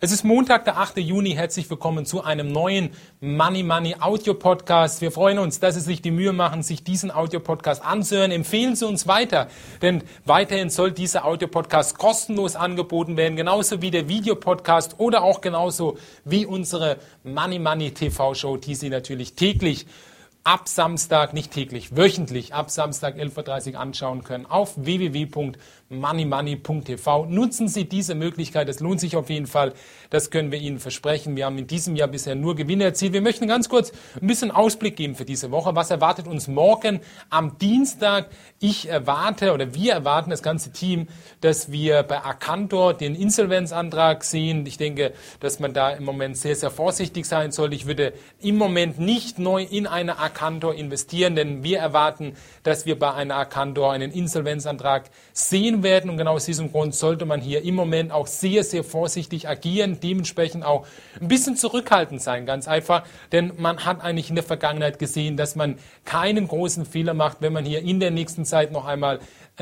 Es ist Montag, der 8. Juni. Herzlich willkommen zu einem neuen Money Money Audio Podcast. Wir freuen uns, dass Sie sich die Mühe machen, sich diesen Audio Podcast anzuhören. Empfehlen Sie uns weiter, denn weiterhin soll dieser Audio Podcast kostenlos angeboten werden, genauso wie der Videopodcast oder auch genauso wie unsere Money Money TV Show, die Sie natürlich täglich ab Samstag, nicht täglich, wöchentlich ab Samstag 11.30 Uhr anschauen können auf www.moneymoney.tv. Nutzen Sie diese Möglichkeit, das lohnt sich auf jeden Fall, das können wir Ihnen versprechen. Wir haben in diesem Jahr bisher nur Gewinne erzielt. Wir möchten ganz kurz ein bisschen Ausblick geben für diese Woche. Was erwartet uns morgen am Dienstag? Wir erwarten das ganze Team, dass wir bei Acantor den Insolvenzantrag sehen. Ich denke, dass man da im Moment sehr, sehr vorsichtig sein sollte. Ich würde im Moment nicht neu in eine Acantor investieren, denn wir erwarten, dass wir bei einer Acantor einen Insolvenzantrag sehen werden und genau aus diesem Grund sollte man hier im Moment auch sehr, sehr vorsichtig agieren, dementsprechend auch ein bisschen zurückhaltend sein, ganz einfach, denn man hat eigentlich in der Vergangenheit gesehen, dass man keinen großen Fehler macht, wenn man hier in der nächsten Zeit noch einmal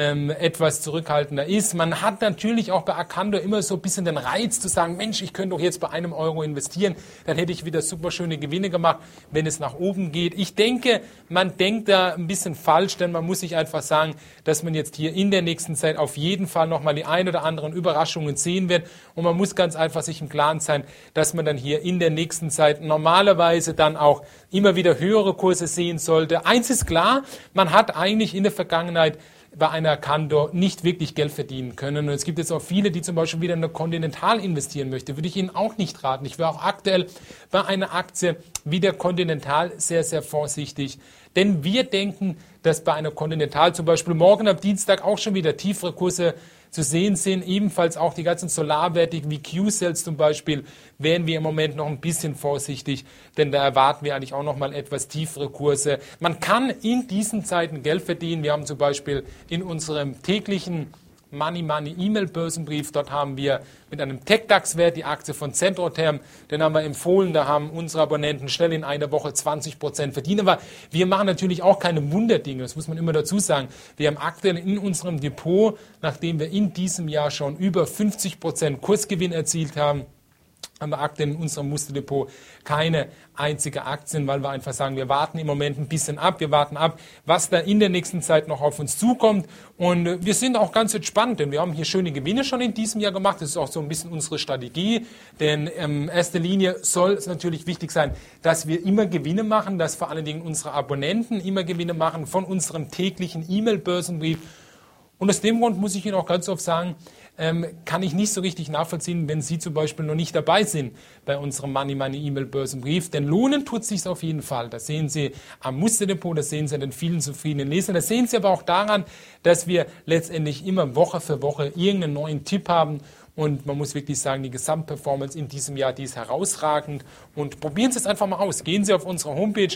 etwas zurückhaltender ist. Man hat natürlich auch bei Acantor immer so ein bisschen den Reiz zu sagen, Mensch, ich könnte doch jetzt bei einem Euro investieren, dann hätte ich wieder super schöne Gewinne gemacht, wenn es nach oben geht. Ich denke, man denkt da ein bisschen falsch, denn man muss sich einfach sagen, dass man jetzt hier in der nächsten Zeit auf jeden Fall nochmal die ein oder anderen Überraschungen sehen wird und man muss ganz einfach sich im Klaren sein, dass man dann hier in der nächsten Zeit normalerweise dann auch immer wieder höhere Kurse sehen sollte. Eins ist klar, man hat eigentlich in der Vergangenheit bei einer Acantor nicht wirklich Geld verdienen können. Und es gibt jetzt auch viele, die zum Beispiel wieder in eine Continental investieren möchten. Würde ich Ihnen auch nicht raten. Ich wäre auch aktuell bei einer Aktie wie der Continental sehr, sehr vorsichtig. Denn wir denken, dass bei einer Continental zum Beispiel morgen am Dienstag auch schon wieder tiefere Kurse zu sehen sind. Ebenfalls auch die ganzen Solarwerte wie Q-Cells zum Beispiel wären wir im Moment noch ein bisschen vorsichtig, denn da erwarten wir eigentlich auch noch mal etwas tiefere Kurse. Man kann in diesen Zeiten Geld verdienen. Wir haben zum Beispiel in unserem täglichen Money Money E-Mail-Börsenbrief, dort haben wir mit einem TecDAX-Wert die Aktie von Centrotherm, den haben wir empfohlen, da haben unsere Abonnenten schnell in einer Woche 20% verdient. Aber wir machen natürlich auch keine Wunderdinge, das muss man immer dazu sagen. Wir haben aktuell in unserem Depot, nachdem wir in diesem Jahr schon über 50% Kursgewinn erzielt haben wir aktuell in unserem Musterdepot keine einzige Aktien, weil wir einfach sagen, wir warten im Moment ein bisschen ab, wir warten ab, was da in der nächsten Zeit noch auf uns zukommt und wir sind auch ganz entspannt, denn wir haben hier schöne Gewinne schon in diesem Jahr gemacht, das ist auch so ein bisschen unsere Strategie, denn in erster Linie soll es natürlich wichtig sein, dass wir immer Gewinne machen, dass vor allen Dingen unsere Abonnenten immer Gewinne machen von unserem täglichen E-Mail-Börsenbrief. Und aus dem Grund muss ich Ihnen auch ganz oft sagen, kann ich nicht so richtig nachvollziehen, wenn Sie zum Beispiel noch nicht dabei sind bei unserem Money Money E-Mail Börsenbrief. Denn lohnen tut es sich auf jeden Fall. Das sehen Sie am Musterdepot, das sehen Sie an den vielen zufriedenen Lesern. Das sehen Sie aber auch daran, dass wir letztendlich immer Woche für Woche irgendeinen neuen Tipp haben. Und man muss wirklich sagen, die Gesamtperformance in diesem Jahr, die ist herausragend. Und probieren Sie es einfach mal aus. Gehen Sie auf unsere Homepage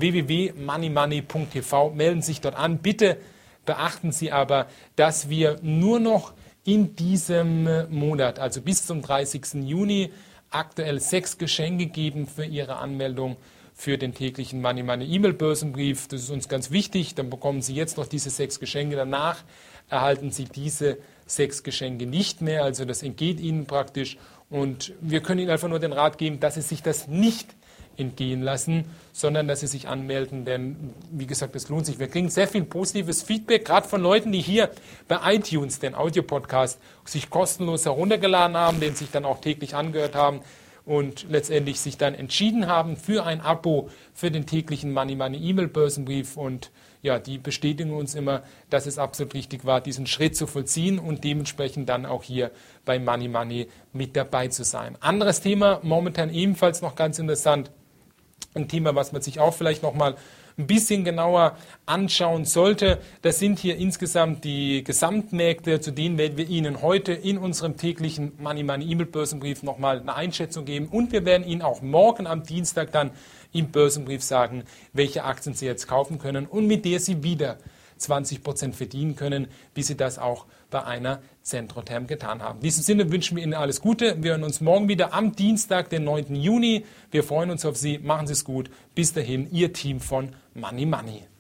www.moneymoney.tv, melden Sie sich dort an. Bitte beachten Sie aber, dass wir nur noch in diesem Monat, also bis zum 30. Juni, aktuell 6 Geschenke geben für Ihre Anmeldung für den täglichen Money Money E-Mail Börsenbrief. Das ist uns ganz wichtig. Dann bekommen Sie jetzt noch diese 6 Geschenke. Danach erhalten Sie diese 6 Geschenke nicht mehr. Also das entgeht Ihnen praktisch. Und wir können Ihnen einfach nur den Rat geben, dass Sie sich das nicht entgehen lassen, sondern dass Sie sich anmelden, denn wie gesagt, es lohnt sich. Wir kriegen sehr viel positives Feedback, gerade von Leuten, die hier bei iTunes den Audio-Podcast sich kostenlos heruntergeladen haben, den sich dann auch täglich angehört haben und letztendlich sich dann entschieden haben für ein Abo für den täglichen Money Money E-Mail Börsenbrief und ja, die bestätigen uns immer, dass es absolut richtig war, diesen Schritt zu vollziehen und dementsprechend dann auch hier bei Money Money mit dabei zu sein. Anderes Thema, momentan ebenfalls noch ganz interessant, ein Thema, was man sich auch vielleicht noch mal ein bisschen genauer anschauen sollte. Das sind hier insgesamt die Gesamtmärkte, zu denen werden wir Ihnen heute in unserem täglichen Money Money E-Mail Börsenbrief nochmal eine Einschätzung geben und wir werden Ihnen auch morgen am Dienstag dann im Börsenbrief sagen, welche Aktien Sie jetzt kaufen können und mit der Sie wieder 20% verdienen können, wie Sie das auch bei einer Centrotherm getan haben. In diesem Sinne wünschen wir Ihnen alles Gute. Wir hören uns morgen wieder am Dienstag, den 9. Juni. Wir freuen uns auf Sie. Machen Sie es gut. Bis dahin, Ihr Team von Money Money.